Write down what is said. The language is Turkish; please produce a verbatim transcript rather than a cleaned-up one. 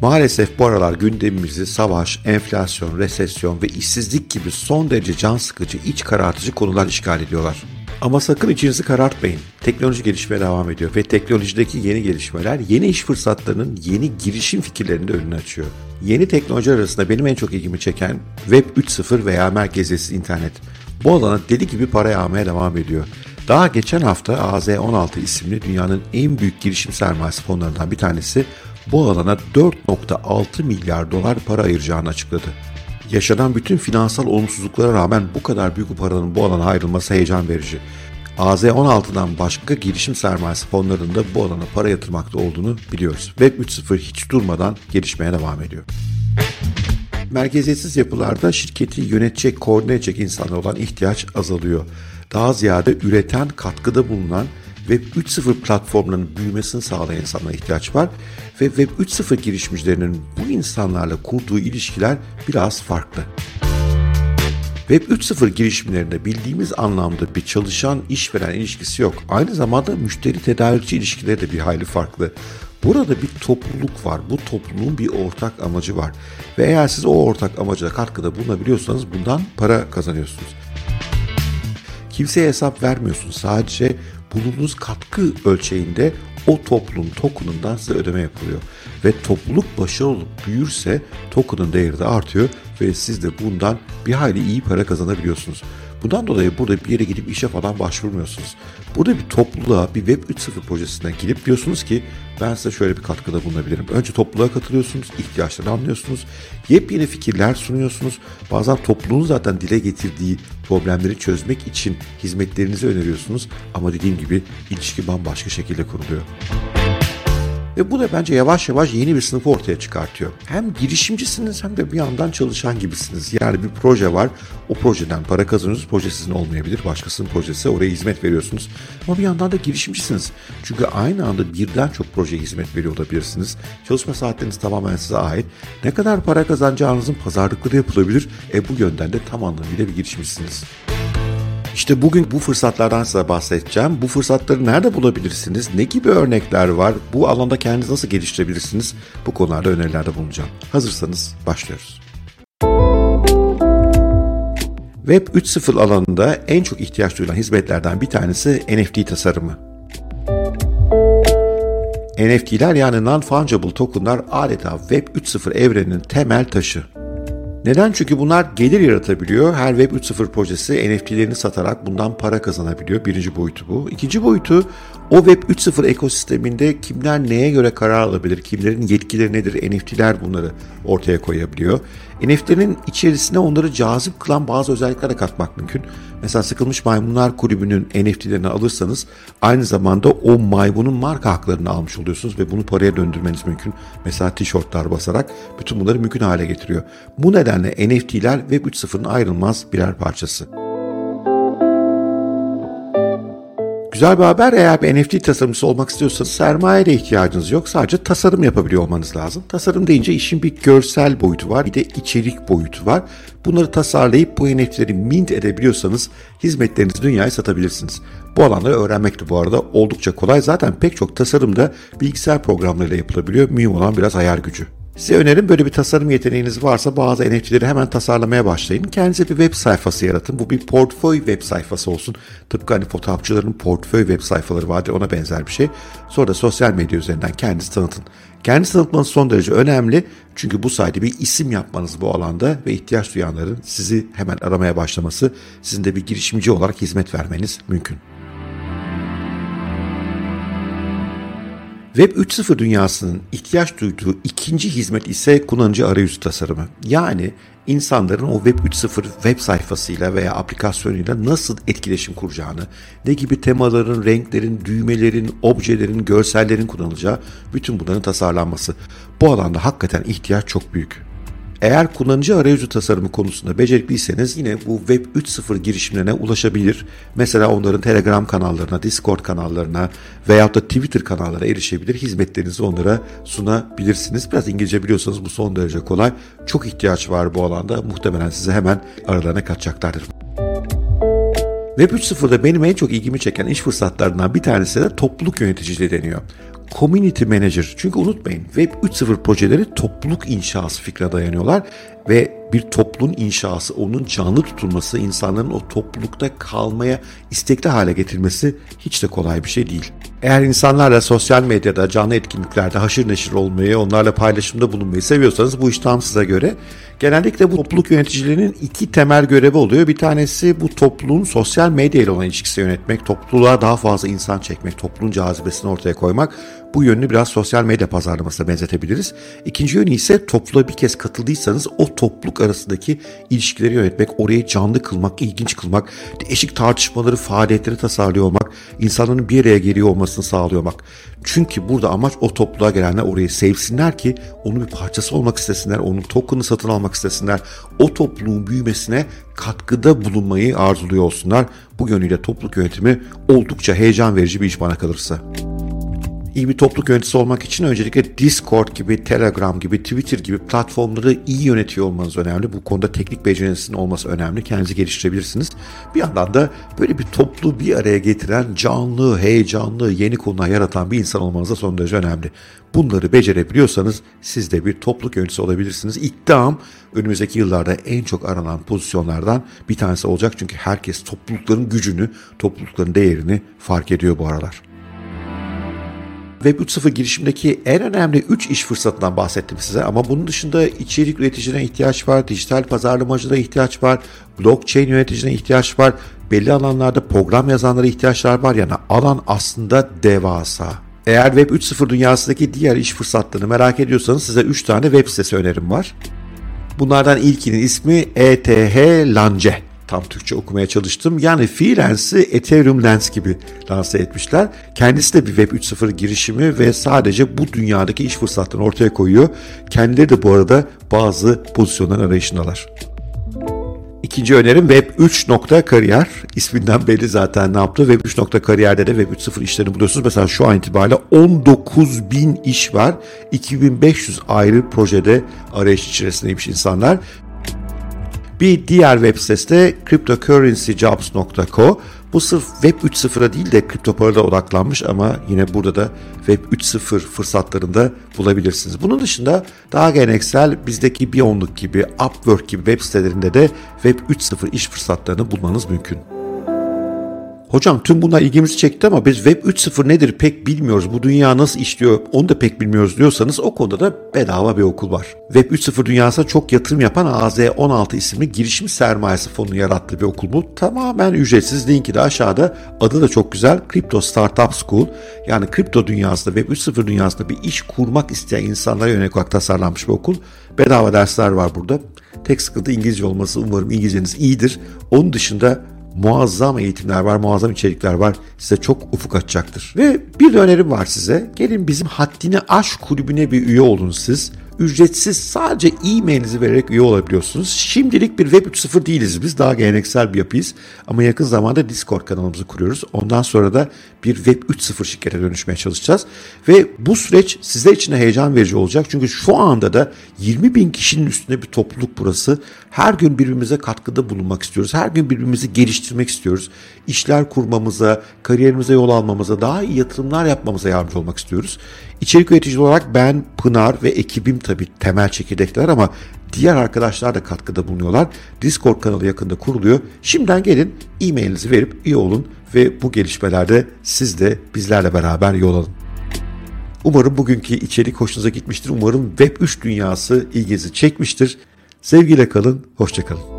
Maalesef bu aralar gündemimizi savaş, enflasyon, resesyon ve işsizlik gibi son derece can sıkıcı, iç karartıcı konular işgal ediyorlar. Ama sakın içinizi karartmayın. Teknoloji gelişmeye devam ediyor ve teknolojideki yeni gelişmeler yeni iş fırsatlarının, yeni girişim fikirlerinin de önünü açıyor. Yeni teknoloji arasında benim en çok ilgimi çeken Web üç nokta sıfır veya merkeziyetsiz internet. Bu alana deli gibi para yağmaya devam ediyor. Daha geçen hafta A Z on altı isimli dünyanın en büyük girişim sermayesi fonlarından bir tanesi bu alana dört nokta altı milyar dolar para ayıracağını açıkladı. Yaşanan bütün finansal olumsuzluklara rağmen bu kadar büyük bir paranın bu alana ayrılması heyecan verici. A Z on altıdan başka girişim sermayesi fonlarında bu alana para yatırmakta olduğunu biliyoruz. Web üç nokta sıfır hiç durmadan gelişmeye devam ediyor. Merkeziyetsiz yapılarda şirketi yönetecek, koordine edecek insanlara olan ihtiyaç azalıyor. Daha ziyade üreten, katkıda bulunan Web üç nokta sıfır platformlarının büyümesini sağlayan insanlara ihtiyaç var ve Web üç nokta sıfır girişimcilerinin bu insanlarla kurduğu ilişkiler biraz farklı. Web üç nokta sıfır girişimlerinde bildiğimiz anlamda bir çalışan işveren ilişkisi yok. Aynı zamanda müşteri tedarikçi ilişkileri de bir hayli farklı. Burada bir topluluk var. Bu topluluğun bir ortak amacı var. Ve eğer siz o ortak amaca katkıda bulunabiliyorsanız bundan para kazanıyorsunuz. Kimseye hesap vermiyorsunuz. Sadece bulunduğunuz katkı ölçeğinde o topluluğun token'ından size ödeme yapılıyor. Ve topluluk başarılı olup büyürse token'ın değeri de artıyor ve siz de bundan bir hayli iyi para kazanabiliyorsunuz. Bundan dolayı burada bir yere gidip işe falan başvurmuyorsunuz. Burada bir topluluğa, bir Web üç nokta sıfır projesine gidip diyorsunuz ki ben size şöyle bir katkıda bulunabilirim. Önce topluluğa katılıyorsunuz, ihtiyaçlarını anlıyorsunuz, yepyeni fikirler sunuyorsunuz. Bazen topluluğun zaten dile getirdiği problemleri çözmek için hizmetlerinizi öneriyorsunuz. Ama dediğim gibi ilişki bambaşka şekilde kuruluyor. Ve bu da bence yavaş yavaş yeni bir sınıfı ortaya çıkartıyor. Hem girişimcisiniz hem de bir yandan çalışan gibisiniz. Yani bir proje var, o projeden para kazanıyorsunuz. Proje sizin olmayabilir, başkasının projesi, oraya hizmet veriyorsunuz. Ama bir yandan da girişimcisiniz. Çünkü aynı anda birden çok projeye hizmet veriyor olabilirsiniz. Çalışma saatleriniz tamamen size ait. Ne kadar para kazanacağınızın pazarlıkları yapılabilir. E bu yönden de tam anlamıyla bir girişimcisiniz. İşte bugün bu fırsatlardan size bahsedeceğim. Bu fırsatları nerede bulabilirsiniz? Ne gibi örnekler var? Bu alanda kendinizi nasıl geliştirebilirsiniz? Bu konularda önerilerde bulunacağım. Hazırsanız başlıyoruz. Web üç nokta sıfır alanında en çok ihtiyaç duyulan hizmetlerden bir tanesi N F T tasarımı. N F T'ler yani non-fungible tokenlar adeta Web üç nokta sıfır evreninin temel taşı. Neden? Çünkü bunlar gelir yaratabiliyor. Her Web üç nokta sıfır projesi N F T'lerini satarak bundan para kazanabiliyor. Birinci boyutu bu. İkinci boyutu o Web üç nokta sıfır ekosisteminde kimler neye göre karar alabilir, kimlerin yetkileri nedir, N F T'ler bunları ortaya koyabiliyor. N F T'lerin içerisine onları cazip kılan bazı özellikler de katmak mümkün. Mesela Sıkılmış Maymunlar Kulübü'nün N F T'lerini alırsanız aynı zamanda o maymunun marka haklarını almış oluyorsunuz ve bunu paraya döndürmeniz mümkün. Mesela tişörtler basarak bütün bunları mümkün hale getiriyor. Bu nedenle N F T'ler Web üç nokta sıfırın ayrılmaz birer parçası. Güzel bir haber, eğer bir N F T tasarımcısı olmak istiyorsanız sermayeye de ihtiyacınız yok. Sadece tasarım yapabiliyor olmanız lazım. Tasarım deyince işin bir görsel boyutu var, bir de içerik boyutu var. Bunları tasarlayıp bu N F T'leri mint edebiliyorsanız hizmetlerinizi dünyaya satabilirsiniz. Bu alanları öğrenmek de bu arada oldukça kolay. Zaten pek çok tasarım da bilgisayar programlarıyla yapılabiliyor. Mühim olan biraz hayal gücü. Size önerim, böyle bir tasarım yeteneğiniz varsa bazı N F T'leri hemen tasarlamaya başlayın. Kendinize bir web sayfası yaratın. Bu bir portföy web sayfası olsun. Tıpkı hani fotoğrafçıların portföy web sayfaları vardır, ona benzer bir şey. Sonra da sosyal medya üzerinden kendinizi tanıtın. Kendinizi tanıtmanız son derece önemli. Çünkü bu sayede bir isim yapmanız bu alanda ve ihtiyaç duyanların sizi hemen aramaya başlaması, sizin de bir girişimci olarak hizmet vermeniz mümkün. Web üç nokta sıfır dünyasının ihtiyaç duyduğu ikinci hizmet ise kullanıcı arayüzü tasarımı. Yani insanların o Web üç nokta sıfır web sayfasıyla veya aplikasyonuyla nasıl etkileşim kuracağını, ne gibi temaların, renklerin, düğmelerin, objelerin, görsellerin kullanılacağı, bütün bunların tasarlanması. Bu alanda hakikaten ihtiyaç çok büyük. Eğer kullanıcı arayüzü tasarımı konusunda becerikliyseniz yine bu Web üç nokta sıfır girişimlerine ulaşabilir. Mesela onların Telegram kanallarına, Discord kanallarına veyahut da Twitter kanallarına erişebilir. Hizmetlerinizi onlara sunabilirsiniz. Biraz İngilizce biliyorsanız bu son derece kolay. Çok ihtiyaç var bu alanda. Muhtemelen size hemen aralarına katacaklardır. Web üç nokta sıfırda benim en çok ilgimi çeken iş fırsatlarından bir tanesi de topluluk yöneticiliği deniyor. Community Manager. Çünkü unutmayın, Web üç nokta sıfır projeleri topluluk inşası fikrine dayanıyorlar ve bir topluluğun inşası, onun canlı tutulması, insanların o toplulukta kalmaya istekli hale getirmesi hiç de kolay bir şey değil. Eğer insanlarla sosyal medyada, canlı etkinliklerde haşır neşir olmayı, onlarla paylaşımda bulunmayı seviyorsanız bu iş tam size göre. Genellikle bu topluluk yöneticilerinin iki temel görevi oluyor. Bir tanesi bu topluluğun sosyal medya ile olan ilişkisini yönetmek, topluluğa daha fazla insan çekmek, topluluğun cazibesini ortaya koymak. Bu yönünü biraz sosyal medya pazarlamasına benzetebiliriz. İkinci yönü ise topluluğa bir kez katıldıysanız o topluluk arasındaki ilişkileri yönetmek, orayı canlı kılmak, ilginç kılmak, değişik tartışmaları, faaliyetleri tasarlıyor olmak, insanların bir araya geliyor olmasını sağlıyormak. Çünkü burada amaç o topluluğa gelenler orayı sevsinler ki onun bir parçası olmak istesinler, onun token'ını satın almak istesinler, o topluluğun büyümesine katkıda bulunmayı arzuluyor olsunlar. Bu yönüyle topluluk yönetimi oldukça heyecan verici bir iş bana kalırsa. İyi bir topluluk yöneticisi olmak için öncelikle Discord gibi, Telegram gibi, Twitter gibi platformları iyi yönetiyor olmanız önemli. Bu konuda teknik becerinizin olması önemli. Kendinizi geliştirebilirsiniz. Bir yandan da böyle bir topluluğu bir araya getiren, canlı, heyecanlı, yeni konular yaratan bir insan olmanız da son derece önemli. Bunları becerebiliyorsanız siz de bir topluluk yöneticisi olabilirsiniz. İddiam önümüzdeki yıllarda en çok aranan pozisyonlardan bir tanesi olacak. Çünkü herkes toplulukların gücünü, toplulukların değerini fark ediyor bu aralar. Web üç nokta sıfır girişimdeki en önemli üç iş fırsatından bahsettim size ama bunun dışında içerik üreticilerine ihtiyaç var, dijital pazarlamacılara ihtiyaç var, blockchain yöneticilerine ihtiyaç var, belli alanlarda program yazanlara ihtiyaçlar var. Yani alan aslında devasa. Eğer Web üç nokta sıfır dünyasındaki diğer iş fırsatlarını merak ediyorsanız size üç tane web sitesi önerim var. Bunlardan ilkinin ismi E T H Lance. Tam Türkçe okumaya çalıştım. Yani freelance'i Ethereum Lens gibi lanse etmişler. Kendisi de bir Web üç nokta sıfır girişimi ve sadece bu dünyadaki iş fırsatlarını ortaya koyuyor. Kendileri de bu arada bazı pozisyonların arayışındalar. İkinci önerim Web üç nokta Kariyer. İsminden belli zaten ne yaptı. Web üç nokta Kariyer'de de Web üç nokta sıfır işlerini buluyorsunuz. Mesela şu an itibariyle on dokuz bin iş var. iki bin beş yüz ayrı projede arayış içerisindeymiş insanlar. Bir diğer web sitesi de cryptocurrency jobs nokta co. Bu sırf Web üç nokta sıfıra değil de kripto paralara odaklanmış ama yine burada da Web üç nokta sıfır fırsatlarını da bulabilirsiniz. Bunun dışında daha geleneksel bizdeki Beyondluk gibi, Upwork gibi web sitelerinde de Web üç nokta sıfır iş fırsatlarını bulmanız mümkün. Hocam tüm bunlar ilgimizi çekti ama biz Web üç nokta sıfır nedir pek bilmiyoruz. Bu dünya nasıl işliyor onu da pek bilmiyoruz diyorsanız o konuda da bedava bir okul var. Web üç nokta sıfır dünyasına çok yatırım yapan A Z on altı isimli girişim sermayesi fonunun yarattığı bir okul bu. Tamamen ücretsiz, linki de aşağıda. Adı da çok güzel. Crypto Startup School. Yani kripto dünyasında, Web üç nokta sıfır dünyasında bir iş kurmak isteyen insanlara yönelik olarak tasarlanmış bir okul. Bedava dersler var burada. Tek sıkıntı İngilizce olması. Umarım İngilizceniz iyidir. Onun dışında muazzam eğitimler var, muazzam içerikler var. Size çok ufuk açacaktır. Ve bir de önerim var size. Gelin bizim Haddini Aş kulübüne bir üye olun siz. Ücretsiz sadece e-mailinizi vererek üye olabiliyorsunuz. Şimdilik bir Web üç nokta sıfır değiliz biz. Daha geleneksel bir yapıyız. Ama yakın zamanda Discord kanalımızı kuruyoruz. Ondan sonra da bir Web üç nokta sıfır şirkete dönüşmeye çalışacağız. Ve bu süreç sizler için de heyecan verici olacak. Çünkü şu anda da yirmi bin kişinin üstünde bir topluluk burası. Her gün birbirimize katkıda bulunmak istiyoruz. Her gün birbirimizi geliştirmek istiyoruz. İşler kurmamıza, kariyerimize yol almamıza, daha iyi yatırımlar yapmamıza yardımcı olmak istiyoruz. İçerik üreticisi olarak ben, Pınar ve ekibim tabii temel çekirdekler ama diğer arkadaşlar da katkıda bulunuyorlar. Discord kanalı yakında kuruluyor. Şimdiden gelin e-mailinizi verip üye olun ve bu gelişmelerde siz de bizlerle beraber yol alın. Umarım bugünkü içerik hoşunuza gitmiştir. Umarım Web üç dünyası ilginizi çekmiştir. Sevgiyle kalın, hoşça kalın.